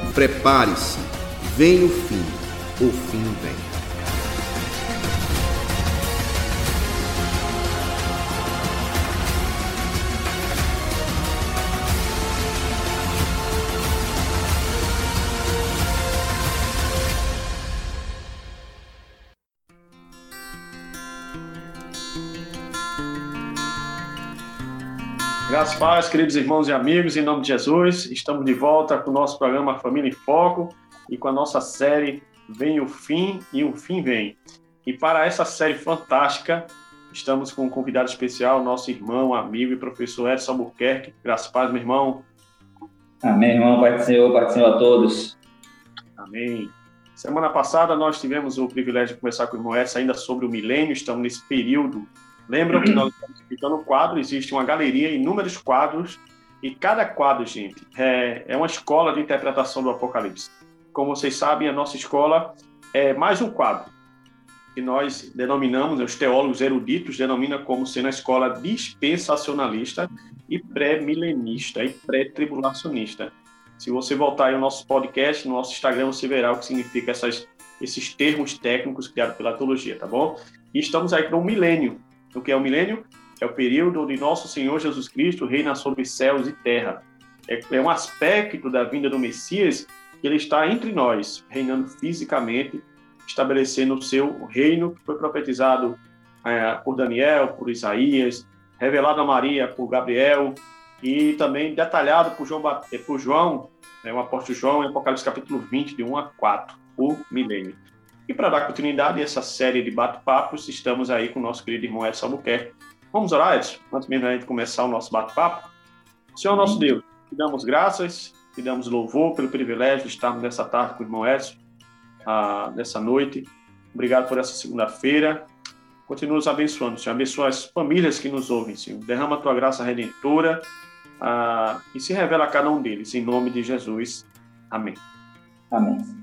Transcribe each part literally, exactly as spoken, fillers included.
Prepare-se, vem o fim, o fim vem. Graças a Deus, queridos irmãos e amigos, em nome de Jesus, estamos de volta com o nosso programa Família em Foco e com a nossa série Vem o Fim e o Fim Vem. E para essa série fantástica, estamos com um convidado especial, nosso irmão, amigo e professor Edson Albuquerque. Graças a Deus, meu irmão. Amém, irmão. Pai do Senhor, Pai do Senhor a todos. Amém. Semana passada nós tivemos o privilégio de conversar com o irmão Edson ainda sobre o milênio, estamos nesse período. Lembram que nós estamos explicando o quadro, existe uma galeria, inúmeros quadros, e cada quadro, gente, é, é uma escola de interpretação do Apocalipse. Como vocês sabem, a nossa escola é mais um quadro, que nós denominamos, os teólogos eruditos denominam como sendo a escola dispensacionalista e pré-milenista e pré-tribulacionista. Se você voltar aí ao nosso podcast, no nosso Instagram, você verá o que significa essas, esses termos técnicos criados pela teologia, tá bom? E estamos aí para um milênio. O que é o milênio? É o período onde nosso Senhor Jesus Cristo reina sobre céus e terra. É, é um aspecto da vinda do Messias que ele está entre nós, reinando fisicamente, estabelecendo o seu reino que foi profetizado é, por Daniel, por Isaías, revelado a Maria por Gabriel e também detalhado por João, por João é, o apóstolo João, em Apocalipse capítulo vinte, de um a quatro, o milênio. E para dar continuidade a essa série de bate-papos, estamos aí com o nosso querido irmão Edson Albuquerque. Vamos orar, Edson? Antes mesmo de começar o nosso bate-papo. Senhor nosso Deus, te damos graças, te damos louvor pelo privilégio de estarmos nessa tarde com o irmão Edson, ah, nessa noite. Obrigado por essa segunda-feira. Continua nos abençoando, Senhor. Abençoa as famílias que nos ouvem, Senhor. Derrama a tua graça redentora ah, e se revela a cada um deles, em nome de Jesus. Amém. Amém.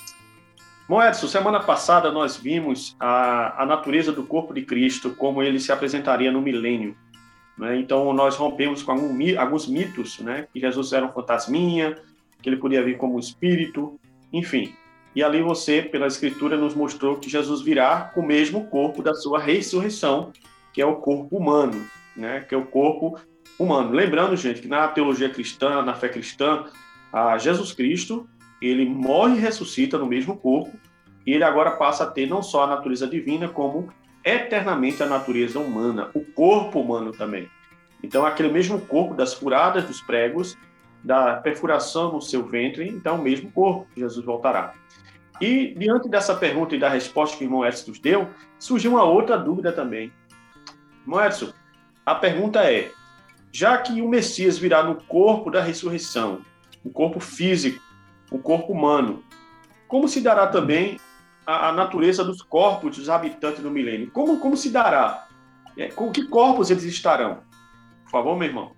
Bom, Edson, semana passada nós vimos a, a natureza do corpo de Cristo, como ele se apresentaria no milênio. Né? Então, nós rompemos com algum, alguns mitos, né? Que Jesus era um fantasminha, que ele podia vir como um espírito, enfim. E ali você, pela Escritura, nos mostrou que Jesus virá com o mesmo corpo da sua ressurreição, que é o corpo humano, né? Que é o corpo humano. Lembrando, gente, que na teologia cristã, na fé cristã, a Jesus Cristo, ele morre e ressuscita no mesmo corpo, e ele agora passa a ter não só a natureza divina, como eternamente a natureza humana, o corpo humano também. Então, aquele mesmo corpo das furadas dos pregos, da perfuração no seu ventre, então, o mesmo corpo que Jesus voltará. E, diante dessa pergunta e da resposta que o irmão Edson nos deu, surgiu uma outra dúvida também. Irmão Edson, a pergunta é, já que o Messias virá no corpo da ressurreição, o corpo físico, o corpo humano, como se dará também a, a natureza dos corpos dos habitantes do milênio? Como, como se dará? É, com que corpos eles estarão? Por favor, meu irmão.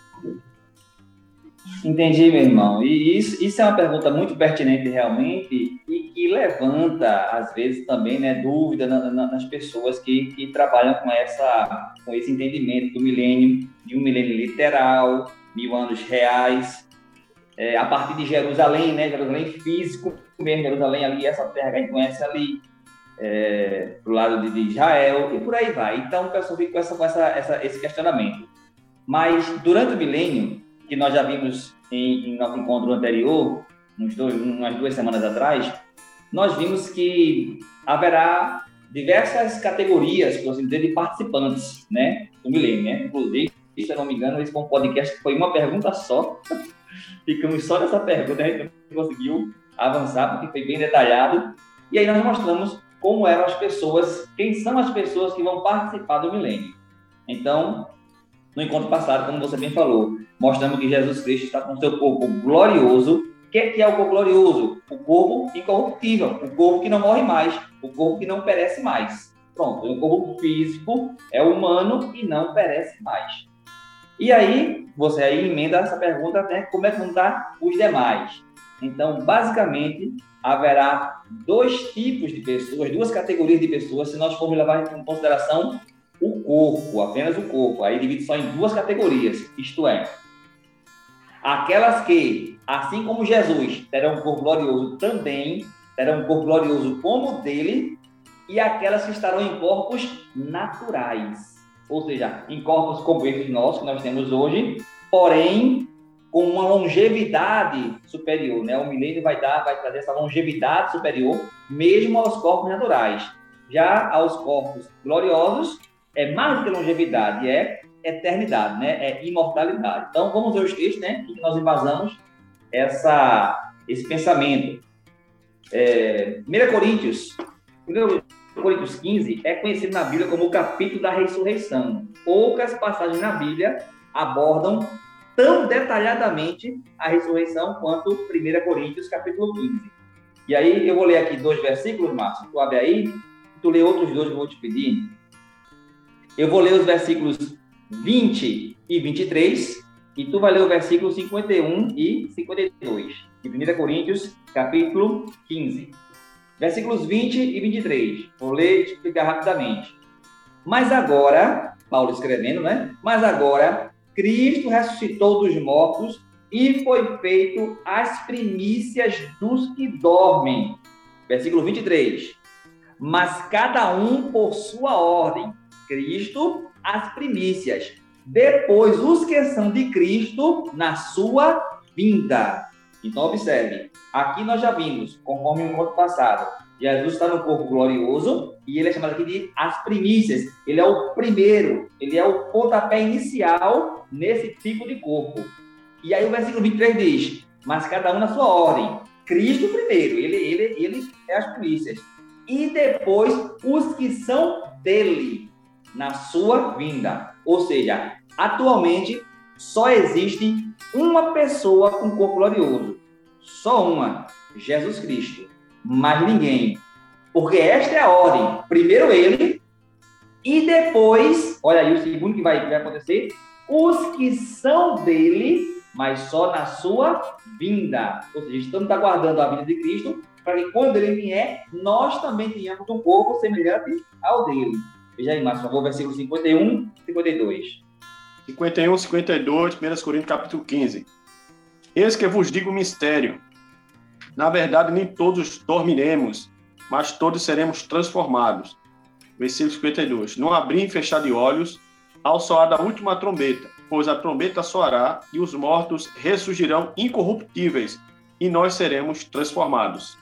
Entendi, meu irmão. E isso, isso é uma pergunta muito pertinente realmente e que levanta, às vezes, também, né, dúvida na, na, nas pessoas que, que trabalham com, essa, com esse entendimento do milênio, de um milênio literal, mil anos reais. É, a partir de Jerusalém, né, Jerusalém físico mesmo, Jerusalém ali, essa terra que a gente conhece ali, é, pro lado de, de Israel, e por aí vai. Então, o pessoal fica com, essa, com essa, essa, esse questionamento. Mas, durante o milênio, que nós já vimos em, em nosso encontro anterior, uns dois, umas duas semanas atrás, nós vimos que haverá diversas categorias, por assim dizer, de participantes, né, do milênio, né? Inclusive, se eu não me engano, esse foi um podcast que foi uma pergunta só. Ficamos só nessa pergunta, a gente não conseguiu avançar, porque foi bem detalhado. E aí nós mostramos como eram as pessoas, quem são as pessoas que vão participar do milênio. Então, no encontro passado, como você bem falou, mostramos que Jesus Cristo está com o seu corpo glorioso. O que é o corpo glorioso? O corpo incorruptível, o corpo que não morre mais, o corpo que não perece mais. Pronto, o corpo físico é humano e não perece mais. E aí, você aí emenda essa pergunta até como é que vão estar os demais. Então, basicamente, haverá dois tipos de pessoas, duas categorias de pessoas, se nós formos levar em consideração o corpo, apenas o corpo. Aí divide só em duas categorias, isto é, aquelas que, assim como Jesus, terão um corpo glorioso também, terão um corpo glorioso como o dele, e aquelas que estarão em corpos naturais, ou seja, em corpos como esses nossos que nós temos hoje, porém com uma longevidade superior, né? O milênio vai dar, vai trazer essa longevidade superior, mesmo aos corpos naturais. Já aos corpos gloriosos, é mais do que longevidade, é eternidade, né? É imortalidade. Então, vamos ver os textos, né? Que nós embasamos essa, esse pensamento. É, primeira Coríntios, primeira Coríntios quinze é conhecido na Bíblia como o capítulo da ressurreição. Poucas passagens na Bíblia abordam tão detalhadamente a ressurreição quanto primeira Coríntios, capítulo quinze. E aí, eu vou ler aqui dois versículos, Márcio, tu abre aí, tu lê outros dois que eu vou te pedir. Eu vou ler os versículos vinte e vinte e três, e tu vai ler o versículo cinquenta e um e cinquenta e dois, de primeira Coríntios, capítulo quinze. Versículos vinte e vinte e três, vou ler e te explicar rapidamente. Mas agora, Paulo escrevendo, né? Mas agora, Cristo ressuscitou dos mortos e foi feito as primícias dos que dormem. Versículo vinte e três. Mas cada um por sua ordem. Cristo, as primícias. Depois, os que são de Cristo, na sua vinda. Então, observe. Aqui nós já vimos, conforme o encontro passado, Jesus está no corpo glorioso e ele é chamado aqui de as primícias. Ele é o primeiro, ele é o pontapé inicial nesse tipo de corpo. E aí o versículo vinte e três diz, mas cada um na sua ordem. Cristo primeiro, ele, ele, ele é as primícias. E depois os que são dele, na sua vinda. Ou seja, atualmente só existe uma pessoa com corpo glorioso. Só uma, Jesus Cristo. Mais ninguém. Porque esta é a ordem. Primeiro ele, e depois, olha aí o segundo que vai, que vai acontecer, os que são dele, mas só na sua vinda. Ou seja, estamos aguardando a vinda de Cristo, para que quando ele vier, nós também tenhamos um corpo semelhante ao dele. Veja aí, Márcio, por favor, versículo cinquenta e um e cinquenta e dois. cinquenta e um, cinquenta e dois, primeira Coríntios, capítulo quinze. Eis que vos digo um mistério. Na verdade, nem todos dormiremos, mas todos seremos transformados. Versículo cinquenta e dois. Não abrir e fechar de olhos, ao soar da última trombeta, pois a trombeta soará e os mortos ressurgirão incorruptíveis, e nós seremos transformados.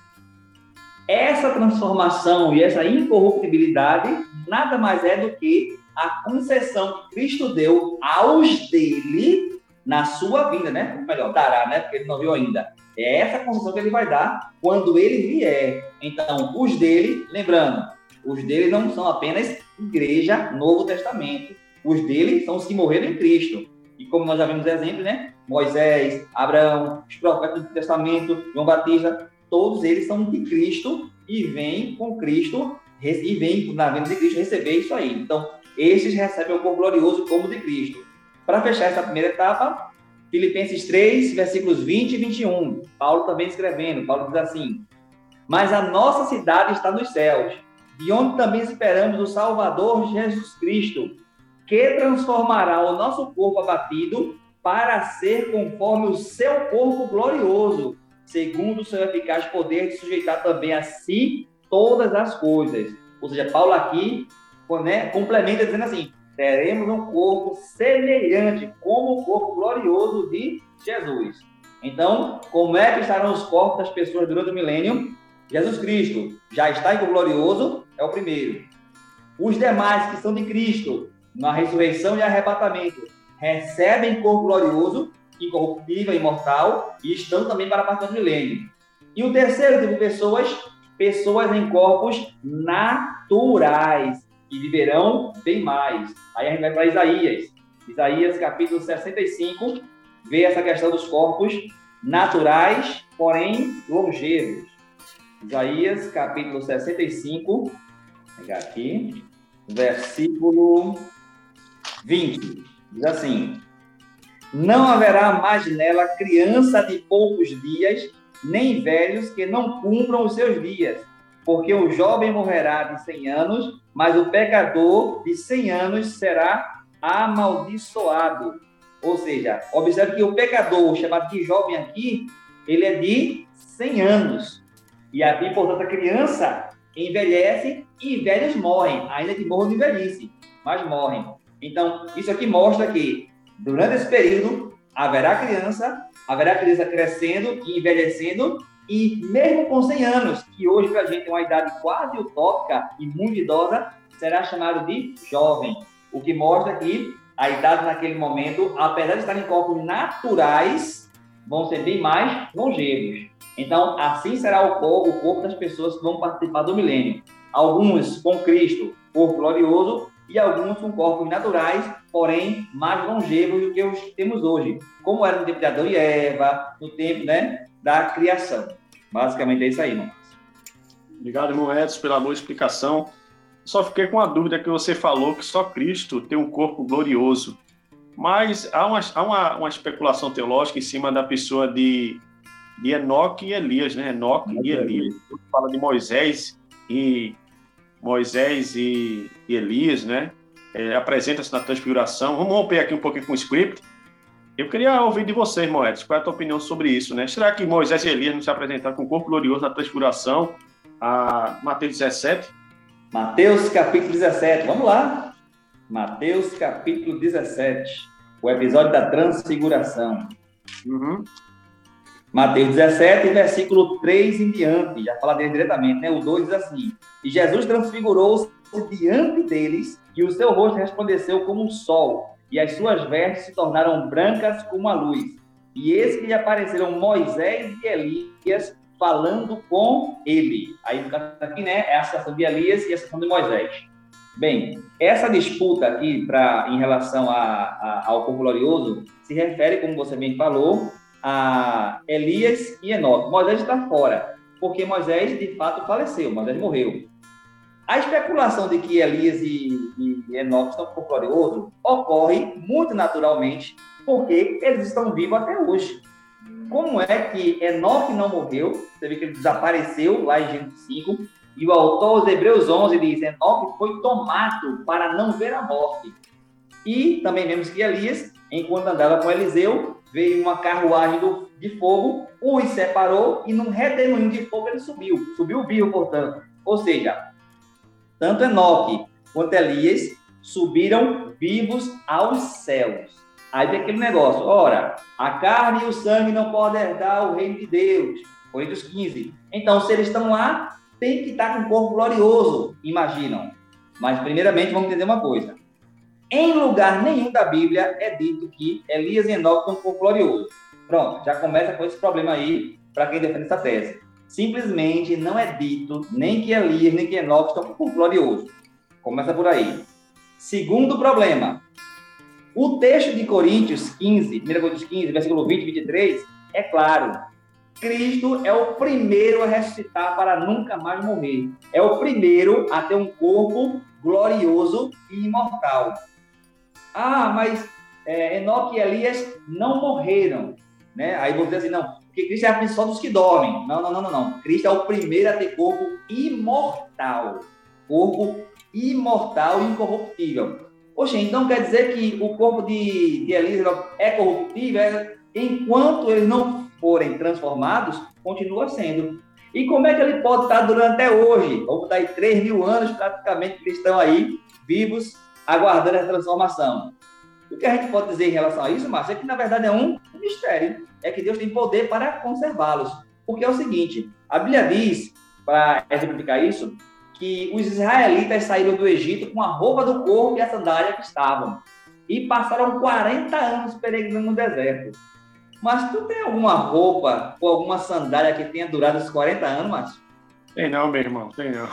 Essa transformação e essa incorruptibilidade nada mais é do que a concessão que Cristo deu aos dele na sua vinda, né? Ou melhor, dará, né? Porque ele não viu ainda. É essa concessão que ele vai dar quando ele vier. Então, os dele, lembrando, os dele não são apenas igreja, Novo Testamento. Os dele são os que morreram em Cristo. E como nós já vimos exemplos, né? Moisés, Abraão, os profetas do Testamento, João Batista, todos eles são de Cristo e vêm com Cristo, e vêm na vinda de Cristo receber isso aí. Então, esses recebem o corpo glorioso como de Cristo. Para fechar essa primeira etapa, Filipenses três, versículos vinte e vinte e um. Paulo também escrevendo, Paulo diz assim, mas a nossa cidade está nos céus, de onde também esperamos o Salvador Jesus Cristo, que transformará o nosso corpo abatido para ser conforme o seu corpo glorioso, segundo o seu eficaz poder de sujeitar também a si todas as coisas. Ou seja, Paulo aqui, né, complementa dizendo assim, teremos um corpo semelhante como o corpo glorioso de Jesus. Então, como é que estarão os corpos das pessoas durante o milênio? Jesus Cristo já está em corpo glorioso, é o primeiro. Os demais que são de Cristo, na ressurreição e arrebatamento, recebem corpo glorioso, incorruptível, imortal, e estão também para a parte do milênio. E o terceiro tipo de pessoas, pessoas em corpos naturais, que viverão bem mais. Aí a gente vai para Isaías. Isaías, capítulo sessenta e cinco, vê essa questão dos corpos naturais, porém longevos. Isaías, capítulo sessenta e cinco, vou pegar aqui, versículo vinte, diz assim, não haverá mais nela criança de poucos dias, nem velhos que não cumpram os seus dias, porque o jovem morrerá de cem anos, mas o pecador de cem anos será amaldiçoado. Ou seja, observe que o pecador, chamado de jovem aqui, ele é de cem anos. E aqui, portanto, a criança envelhece e velhos morrem, ainda que morram de velhice, mas morrem. Então, isso aqui mostra que, durante esse período, haverá criança, haverá criança crescendo e envelhecendo, e mesmo com cem anos, que hoje para a gente é uma idade quase utópica e muito idosa, será chamado de jovem. O que mostra que a idade naquele momento, apesar de estar em corpos naturais, vão ser bem mais longevos. Então, assim será o corpo, o corpo das pessoas que vão participar do milênio. Alguns com Cristo, corpo glorioso, e alguns com corpos naturais, porém mais longevos do que os que temos hoje, como era no tempo de Adão e Eva, no tempo, né, da criação. Basicamente é isso aí, irmão. Obrigado, irmão Edson, pela boa explicação. Só fiquei com a dúvida que você falou que só Cristo tem um corpo glorioso. Mas há uma, há uma, uma especulação teológica em cima da pessoa de, de Enoque e Elias, né? Enoque e Elias. Fala de Moisés e Moisés e, e Elias, né? É, apresenta-se na transfiguração. Vamos romper aqui um pouquinho com o script. Eu queria ouvir de você, irmão Edson, qual é a tua opinião sobre isso, né? Será que Moisés e Elias não se apresentaram com o corpo glorioso na transfiguração? A Mateus dezessete? Mateus capítulo dezessete, vamos lá. Mateus capítulo dezessete, o episódio da transfiguração. Uhum. Mateus dezessete, versículo três em diante, já fala dele diretamente, né? O dois diz assim: E Jesus transfigurou-se diante deles, e o seu rosto resplandeceu como o sol, e as suas vestes se tornaram brancas como a luz. E eis que lhe apareceram Moisés e Elias falando com ele. Aí, no caso aqui, né, é a citação de Elias e a citação de Moisés. Bem, essa disputa aqui pra, em relação a, a, ao corpo glorioso se refere, como você bem falou, a Elias e Enoque. Moisés está fora, porque Moisés, de fato, faleceu, Moisés morreu. A especulação de que Elias e, e Enoque estão com o corpo glorioso ocorre muito naturalmente, porque eles estão vivos até hoje. Como é que Enoque não morreu? Você vê que ele desapareceu lá em Gênesis cinco, e o autor aos Hebreus onze diz: Enoque foi tomado para não ver a morte. E também vemos que Elias, enquanto andava com Eliseu, veio uma carruagem do, de fogo, os separou, e num redemoinho de fogo ele subiu, subiu vivo, portanto. Ou seja, tanto Enoque quanto Elias subiram vivos aos céus. Aí tem aquele negócio, ora, a carne e o sangue não podem herdar o reino de Deus. Coríntios quinze. Então, se eles estão lá, tem que estar com um corpo glorioso, imaginam. Mas, primeiramente, vamos entender uma coisa. Em lugar nenhum da Bíblia é dito que Elias e Enoque estão com um corpo glorioso. Pronto, já começa com esse problema aí, para quem defende essa tese. Simplesmente não é dito nem que Elias, nem que Enoque estão com um corpo glorioso. Começa por aí. Segundo problema. O texto de Coríntios quinze, primeira Coríntios quinze, versículo vinte e vinte e três, é claro. Cristo é o primeiro a ressuscitar para nunca mais morrer. É o primeiro a ter um corpo glorioso e imortal. Ah, mas é, Enoque e Elias não morreram, né? Aí vou dizer assim, não, porque Cristo é a só dos que dormem. Não, não, não, não, não. Cristo é o primeiro a ter corpo imortal. Corpo imortal e incorruptível. Poxa, então quer dizer que o corpo de, de Elias é corruptível? É, enquanto eles não forem transformados, continua sendo. E como é que ele pode estar durando até hoje? Vamos dar aí três mil anos praticamente que eles estão aí, vivos, aguardando a transformação. O que a gente pode dizer em relação a isso, Márcio, é que na verdade é um mistério. É que Deus tem poder para conservá-los. Porque é o seguinte, a Bíblia diz, para exemplificar isso, que os israelitas saíram do Egito com a roupa do corpo e a sandália que estavam. E passaram quarenta anos peregrinando no deserto. Mas tu tem alguma roupa ou alguma sandália que tenha durado esses quarenta anos, Márcio? Tem não, meu irmão, tem não.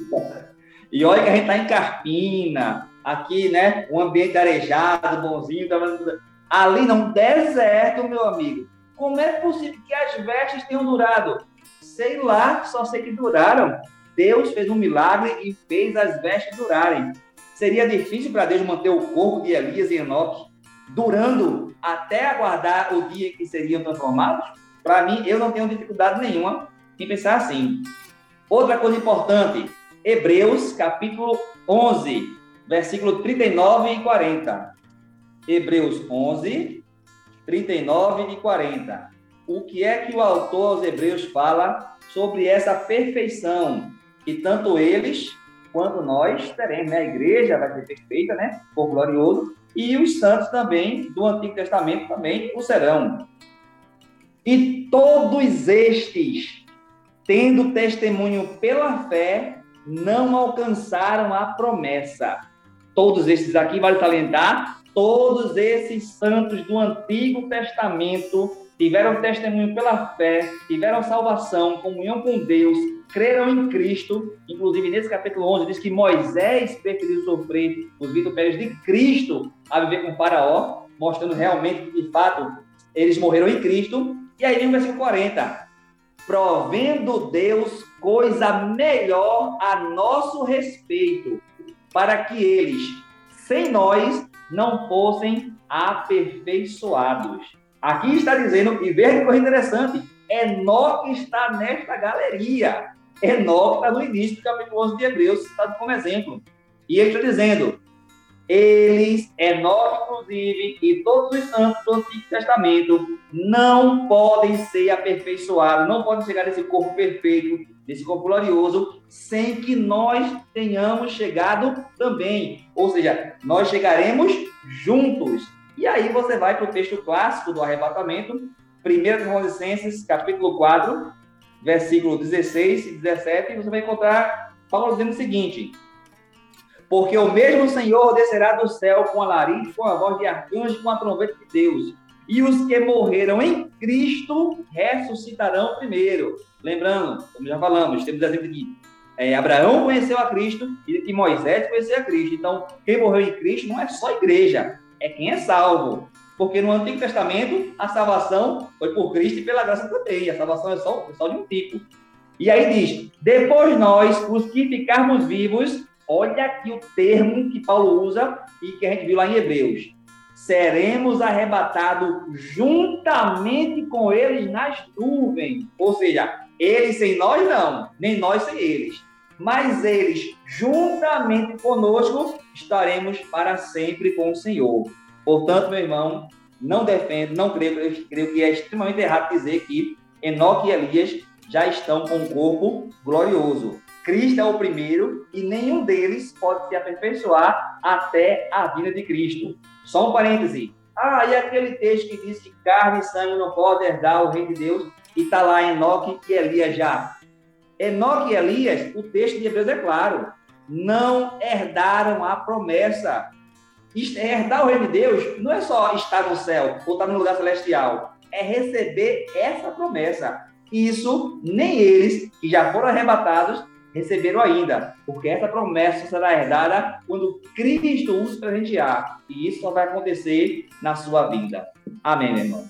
E olha que a gente está em Carpina, aqui, né? Um ambiente arejado, bonzinho. Ali não, deserto, meu amigo. Como é possível que as vestes tenham durado? Sei lá, só sei que duraram. Deus fez um milagre e fez as vestes durarem. Seria difícil para Deus manter o corpo de Elias e Enoque durando até aguardar o dia em que seriam transformados? Para mim, eu não tenho dificuldade nenhuma em pensar assim. Outra coisa importante, Hebreus capítulo onze, versículo trinta e nove e quarenta. Hebreus onze, trinta e nove e quarenta. O que é que o autor aos Hebreus fala sobre essa perfeição que tanto eles quanto nós teremos, né? A igreja vai ser perfeita, né? Por glorioso, e os santos também do Antigo Testamento também o serão. E todos estes, tendo testemunho pela fé, não alcançaram a promessa. Todos estes aqui, vale salientar, todos esses santos do Antigo Testamento tiveram testemunho pela fé, tiveram salvação, comunhão com Deus, creram em Cristo. Inclusive, nesse capítulo onze, diz que Moisés preferiu sofrer os vitupérios de Cristo a viver com Faraó, mostrando realmente que, de fato, eles morreram em Cristo. E aí vem o versículo quarenta. Provendo Deus coisa melhor a nosso respeito, para que eles, sem nós, não fossem aperfeiçoados. Aqui está dizendo, e veja que coisa interessante, Enoque está nesta galeria. Enoque está no início do capítulo onze de Hebreus, citado como exemplo. E ele está dizendo, eles, Enoque inclusive, e todos os santos do Antigo Testamento, não podem ser aperfeiçoados, não podem chegar nesse corpo perfeito, nesse corpo glorioso, sem que nós tenhamos chegado também. Ou seja, nós chegaremos juntos. E aí você vai para o texto clássico do arrebatamento, primeira Tessalonicenses, capítulo quatro, versículo dezesseis e dezessete, e você vai encontrar Paulo dizendo o seguinte: porque o mesmo Senhor descerá do céu com alarido, com a voz de arcanjo, com a trombeta de Deus, e os que morreram em Cristo ressuscitarão primeiro. Lembrando, como já falamos, temos exemplo de é, Abraão conheceu a Cristo e que Moisés conheceu a Cristo. Então, quem morreu em Cristo não é só a igreja, é quem é salvo. Porque no Antigo Testamento, a salvação foi por Cristo e pela graça também. A salvação é só, é só de um tipo. E aí diz, depois nós, os que ficarmos vivos, olha aqui o termo que Paulo usa e que a gente viu lá em Hebreus. Seremos arrebatados juntamente com eles nas nuvens. Ou seja, eles sem nós não, nem nós sem eles. Mas eles, juntamente conosco, estaremos para sempre com o Senhor. Portanto, meu irmão, não defendo, não creio, eu creio que é extremamente errado dizer que Enoque e Elias já estão com o corpo glorioso. Cristo é o primeiro e nenhum deles pode se aperfeiçoar até a vinda de Cristo. Só um parêntese. Ah, e aquele texto que diz que carne e sangue não podem herdar o reino de Deus, e está lá Enoque e Elias já. Enoque e Elias, o texto de Hebreus é claro, não herdaram a promessa. Herdar o reino de Deus não é só estar no céu ou estar no lugar celestial, é receber essa promessa. Isso nem eles, que já foram arrebatados, receberam ainda, porque essa promessa será herdada quando Cristo os presentear, e isso só vai acontecer na sua vida. Amém, meu irmão?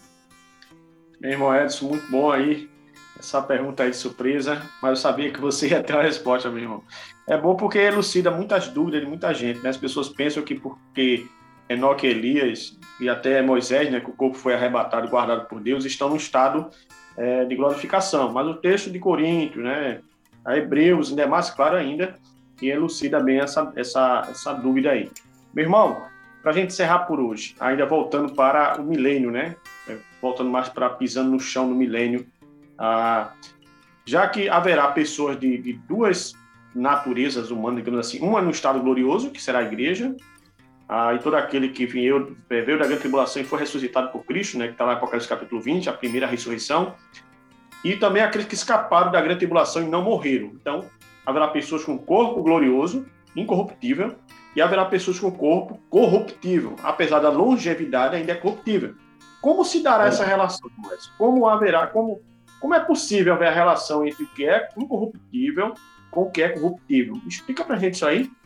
Meu irmão Edson, muito bom aí, essa pergunta aí de surpresa, mas eu sabia que você ia ter uma resposta, meu irmão. É bom porque elucida muitas dúvidas de muita gente, né? As pessoas pensam que porque Enoque e Elias, e até Moisés, né, que o corpo foi arrebatado e guardado por Deus, estão no estado é, de glorificação. Mas o texto de Coríntios, né, a Hebreus, ainda é mais claro ainda, e elucida bem essa, essa, essa dúvida aí. Meu irmão, para a gente encerrar por hoje, ainda voltando para o milênio, né? Voltando mais para pisando no chão no milênio, ah, já que haverá pessoas de, de duas naturezas humanas, digamos assim, uma no estado glorioso, que será a igreja, ah, e todo aquele que veio, veio da grande tribulação e foi ressuscitado por Cristo, né, que está lá em Apocalipse capítulo vinte, a primeira ressurreição, e também aqueles que escaparam da grande tribulação e não morreram. Então, haverá pessoas com corpo glorioso, incorruptível, e haverá pessoas com corpo corruptível, apesar da longevidade ainda é corruptível. Como se dará é. essa relação? Como haverá, como, como é possível haver a relação entre o que é incorruptível com o que é corruptível? Explica pra gente isso aí.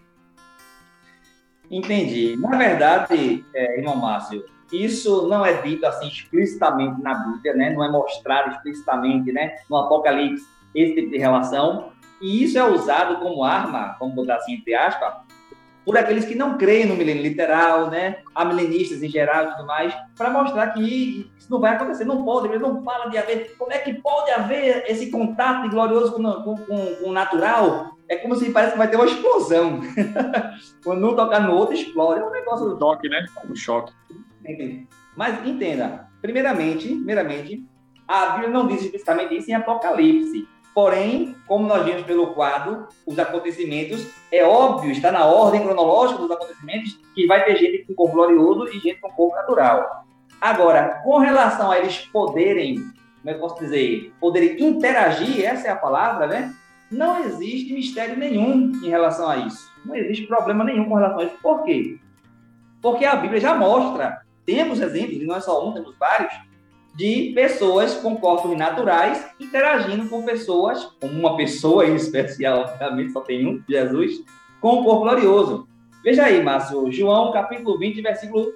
Entendi. Na verdade, é, irmão Márcio, isso não é dito assim explicitamente na Bíblia, né? Não é mostrado explicitamente, né, no Apocalipse, esse tipo de relação. E isso é usado como arma, vamos botar assim entre aspas, por aqueles que não creem no milênio literal, né? Milenistas em geral e tudo mais, para mostrar que isso não vai acontecer, não pode, ele não fala de haver, como é que pode haver esse contato glorioso com, com, com, com o natural? é como se parece que vai ter uma explosão. Quando um tocar no outro, explode. É um negócio... O choque, né? O choque. Mas entenda, primeiramente, primeiramente, a Bíblia não diz explicitamente isso em Apocalipse. Porém, como nós vimos pelo quadro, os acontecimentos, é óbvio, está na ordem cronológica dos acontecimentos, que vai ter gente com corpo glorioso e gente com corpo natural. Agora, com relação a eles poderem, como é que eu posso dizer, poderem interagir, essa é a palavra, né? Não existe mistério nenhum em relação a isso. Não existe problema nenhum com relação a isso. Por quê? Porque a Bíblia já mostra, temos exemplos, e não é só um, temos vários, de pessoas com corpos naturais interagindo com pessoas, como uma pessoa em especial, obviamente só tem um, Jesus, com o corpo glorioso. Veja aí, Márcio, João capítulo vinte, versículo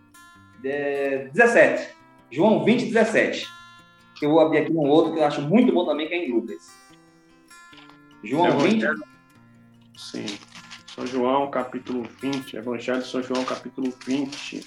dezessete. João vinte, dezessete. Eu vou abrir aqui um outro que eu acho muito bom também, que é em Lucas. João Evangelho, vinte. Sim. São João, capítulo vinte. Evangelho de São João, capítulo vinte.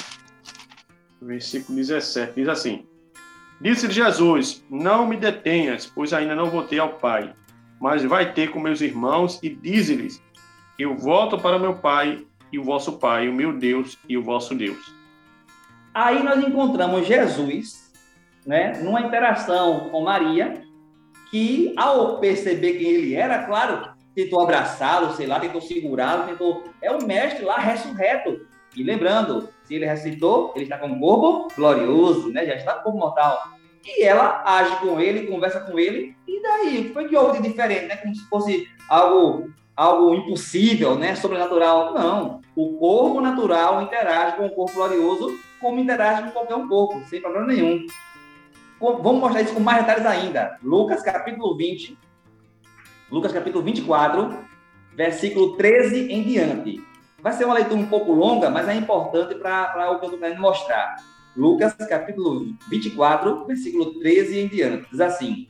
Versículo dezessete. Diz assim: Disse-lhe Jesus: Não me detenhas, pois ainda não voltei ao Pai, mas vai ter com meus irmãos e dize-lhes: Eu volto para meu Pai e o vosso Pai, o meu Deus e o vosso Deus. Aí nós encontramos Jesus, né, numa interação com Maria, que, ao perceber quem ele era, claro, tentou abraçá-lo, sei lá, tentou segurá-lo, tentou... É o mestre lá ressurreto. E lembrando, se ele ressuscitou, ele está com um corpo glorioso, né? Já está com corpo mortal. E ela age com ele, conversa com ele, e daí? O que foi que houve de diferente, né? Como se fosse algo, algo impossível, né? Sobrenatural. Não. O corpo natural interage com o corpo glorioso, como interage com qualquer um corpo, sem problema nenhum. Vamos mostrar isso com mais detalhes ainda. Lucas capítulo vinte, Lucas capítulo vinte e quatro, versículo treze em diante. Vai ser uma leitura um pouco longa, mas é importante para o que eu estou querendo mostrar. Lucas capítulo vinte e quatro, versículo treze em diante. Diz assim: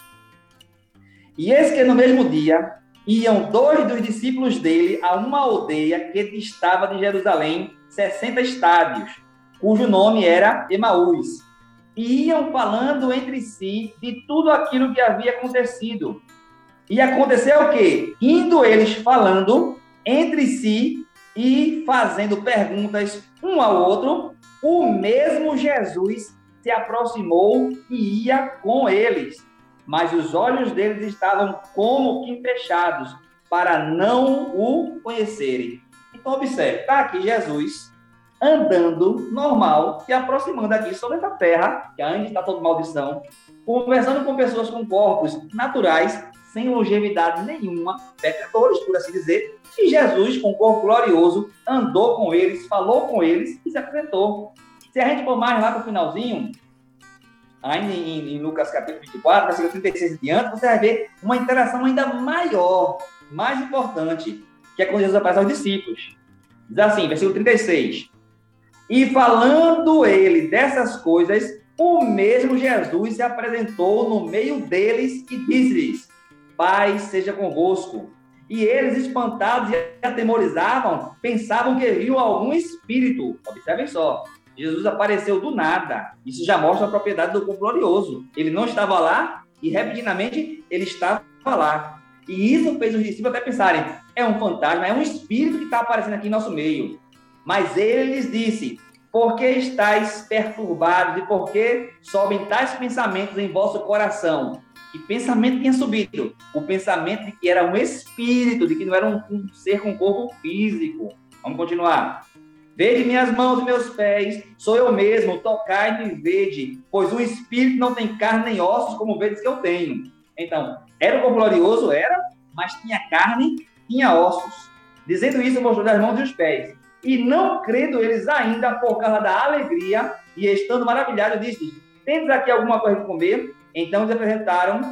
E eis que no mesmo dia iam dois dos discípulos dele a uma aldeia que distava de Jerusalém sessenta estádios, cujo nome era Emaús. E iam falando entre si de tudo aquilo que havia acontecido. E aconteceu o quê? Indo eles falando entre si e fazendo perguntas um ao outro, o mesmo Jesus se aproximou e ia com eles. Mas os olhos deles estavam como que fechados, para não o conhecerem. Então, observe, está aqui Jesus andando normal, se aproximando aqui sobre essa terra, que ainda está toda maldição, conversando com pessoas com corpos naturais, sem longevidade nenhuma, pecadores, por assim dizer, e Jesus, com o corpo glorioso, andou com eles, falou com eles e se apresentou. Se a gente for mais lá para o finalzinho, ainda em, em Lucas capítulo vinte e quatro, versículo trinta e seis e diante, você vai ver uma interação ainda maior, mais importante, que é quando Jesus aparece aos discípulos. Diz assim, versículo trinta e seis: E falando ele dessas coisas, o mesmo Jesus se apresentou no meio deles e disse-lhes: Paz seja convosco. E eles, espantados e atemorizavam, pensavam que viam algum espírito. Observem só, Jesus apareceu do nada. Isso já mostra a propriedade do corpo glorioso. Ele não estava lá e, repentinamente, ele estava lá. E isso fez os discípulos até pensarem: é um fantasma, é um espírito que está aparecendo aqui em nosso meio. Mas ele lhes disse: Por que estáis perturbados e por que sobem tais pensamentos em vosso coração? Que pensamento tinha subido? O pensamento de que era um espírito, de que não era um, um ser com corpo físico. Vamos continuar. Vede minhas mãos e meus pés, sou eu mesmo, tocai-me e vede, pois o espírito não tem carne nem ossos, como vedes que eu tenho. Então, era o corpo glorioso? Era, mas tinha carne, tinha ossos. Dizendo isso, mostrou as mãos e os pés. E não crendo eles ainda por causa da alegria, e estando maravilhados, disse: Tens aqui alguma coisa de comer? Então eles apresentaram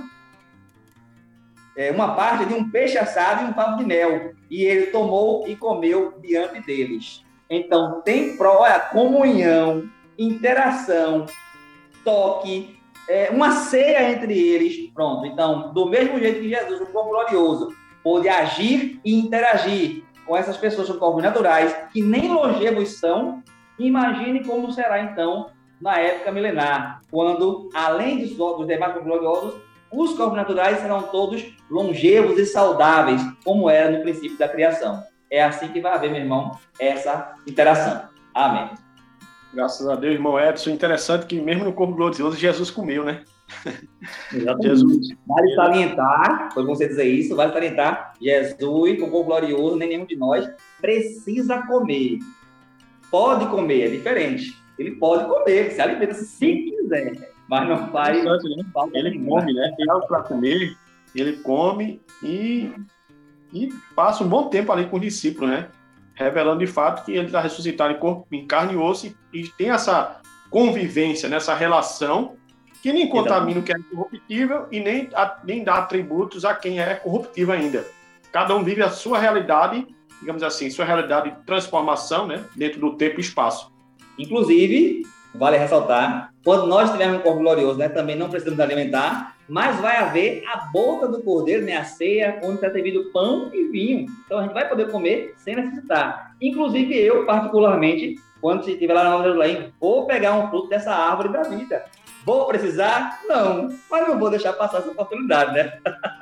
é, uma parte de um peixe assado e um favo de mel. E ele tomou e comeu diante deles. Então tem olha, comunhão, interação, toque, é, uma ceia entre eles. Pronto. Então, do mesmo jeito que Jesus, o corpo glorioso, pôde agir e interagir com essas pessoas com corpos naturais, que nem longevos são, imagine como será, então, na época milenar, quando, além dos, dos demais corpos gloriosos, os corpos naturais serão todos longevos e saudáveis, como era no princípio da criação. É assim que vai haver, meu irmão, essa interação. Amém. Graças a Deus, irmão Edson. Interessante que mesmo no corpo glorioso, Jesus comeu, né? Exatamente. Jesus. Vale salientar, foi você dizer isso, vale salientar, Jesus, com o corpo glorioso, nem nenhum de nós precisa comer. Pode comer, é diferente. Ele pode comer, se alimenta se quiser, mas não faz... Né? Ele come, né? Tem algo para comer, ele come e, e passa um bom tempo ali com os discípulos, né? Revelando de fato que ele está ressuscitado em corpo, em carne e osso, e, e tem essa convivência, nessa relação, que nem contamina o que é corruptível e nem, a, nem dá atributos a quem é corruptível ainda. Cada um vive a sua realidade, digamos assim, sua realidade de transformação, né, dentro do tempo e espaço. Inclusive, vale ressaltar, quando nós tivermos um corpo glorioso, né, também não precisamos alimentar, mas vai haver a boca do cordeiro, né, a ceia, onde está servido pão e vinho. Então a gente vai poder comer sem necessitar. Inclusive eu, particularmente, quando estiver lá na Nova Jerusalém, vou pegar um fruto dessa árvore da vida. Vou precisar? Não. Mas não vou deixar passar essa oportunidade, né?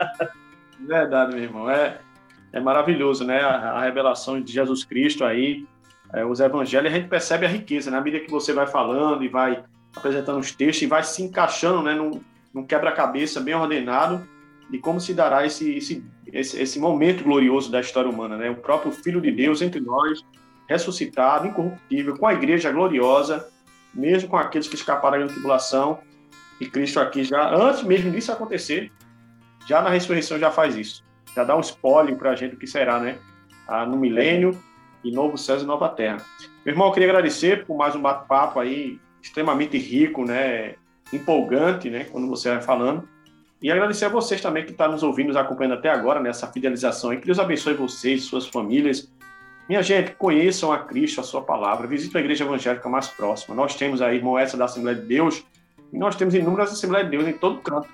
Verdade, meu irmão. É, é maravilhoso, né? A, a revelação de Jesus Cristo aí, é, os evangelhos, a gente percebe a riqueza, né? À medida que você vai falando e vai apresentando os textos e vai se encaixando, né, num, num quebra-cabeça bem ordenado de como se dará esse, esse, esse, esse momento glorioso da história humana, né? O próprio Filho de Deus entre nós, ressuscitado, incorruptível, com a igreja gloriosa, mesmo com aqueles que escaparam da tribulação, e Cristo aqui já, antes mesmo disso acontecer, já na ressurreição já faz isso. Já dá um spoiler para a gente o que será, né? Ah, no milênio, e novo céu e nova terra. Meu irmão, eu queria agradecer por mais um bate-papo aí, extremamente rico, né? Empolgante, né? Quando você vai falando. E agradecer a vocês também que estão nos ouvindo, nos acompanhando até agora, nessa fidelização. E que Deus abençoe vocês, suas famílias. Minha gente, conheçam a Cristo, a sua palavra. Visitem a igreja evangélica mais próxima. Nós temos aí, irmão essa da Assembleia de Deus, e nós temos inúmeras Assembleias de Deus em todo canto.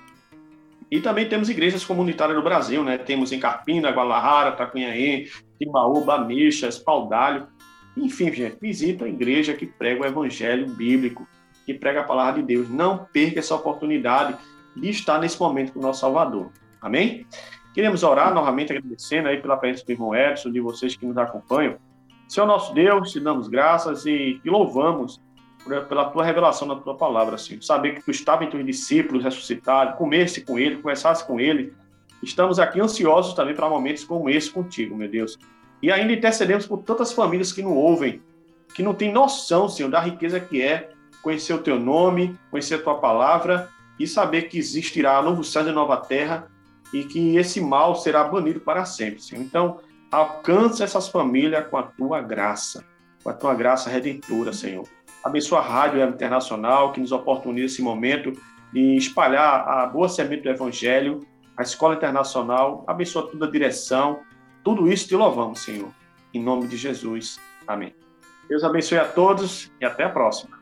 E também temos igrejas comunitárias no Brasil, né? Temos em Carpina, Guadalajara, Tracunhaém, Timbaúba, Meixas, Paudalho. Enfim, gente, visita a igreja que prega o evangelho bíblico, que prega a palavra de Deus. Não perca essa oportunidade de estar nesse momento com o nosso Salvador. Amém? Queremos orar novamente, agradecendo aí pela presença do irmão Edson, de vocês que nos acompanham. Senhor nosso Deus, te damos graças e te louvamos pela tua revelação na tua palavra, Senhor. Saber que tu estava entre os discípulos ressuscitados, comesse com ele, conversasse com ele. Estamos aqui ansiosos também para momentos como esse contigo, meu Deus. E ainda intercedemos por tantas famílias que não ouvem, que não têm noção, Senhor, da riqueza que é conhecer o teu nome, conhecer a tua palavra e saber que existirá novo céu e nova terra e que esse mal será banido para sempre, Senhor. Então, alcança essas famílias com a tua graça, com a tua graça redentora, Senhor. Abençoa a Rádio Internacional, que nos oportuniza esse momento de espalhar a boa semente do Evangelho, a Escola Internacional. Abençoa toda a direção. Tudo isso te louvamos, Senhor. Em nome de Jesus. Amém. Deus abençoe a todos e até a próxima.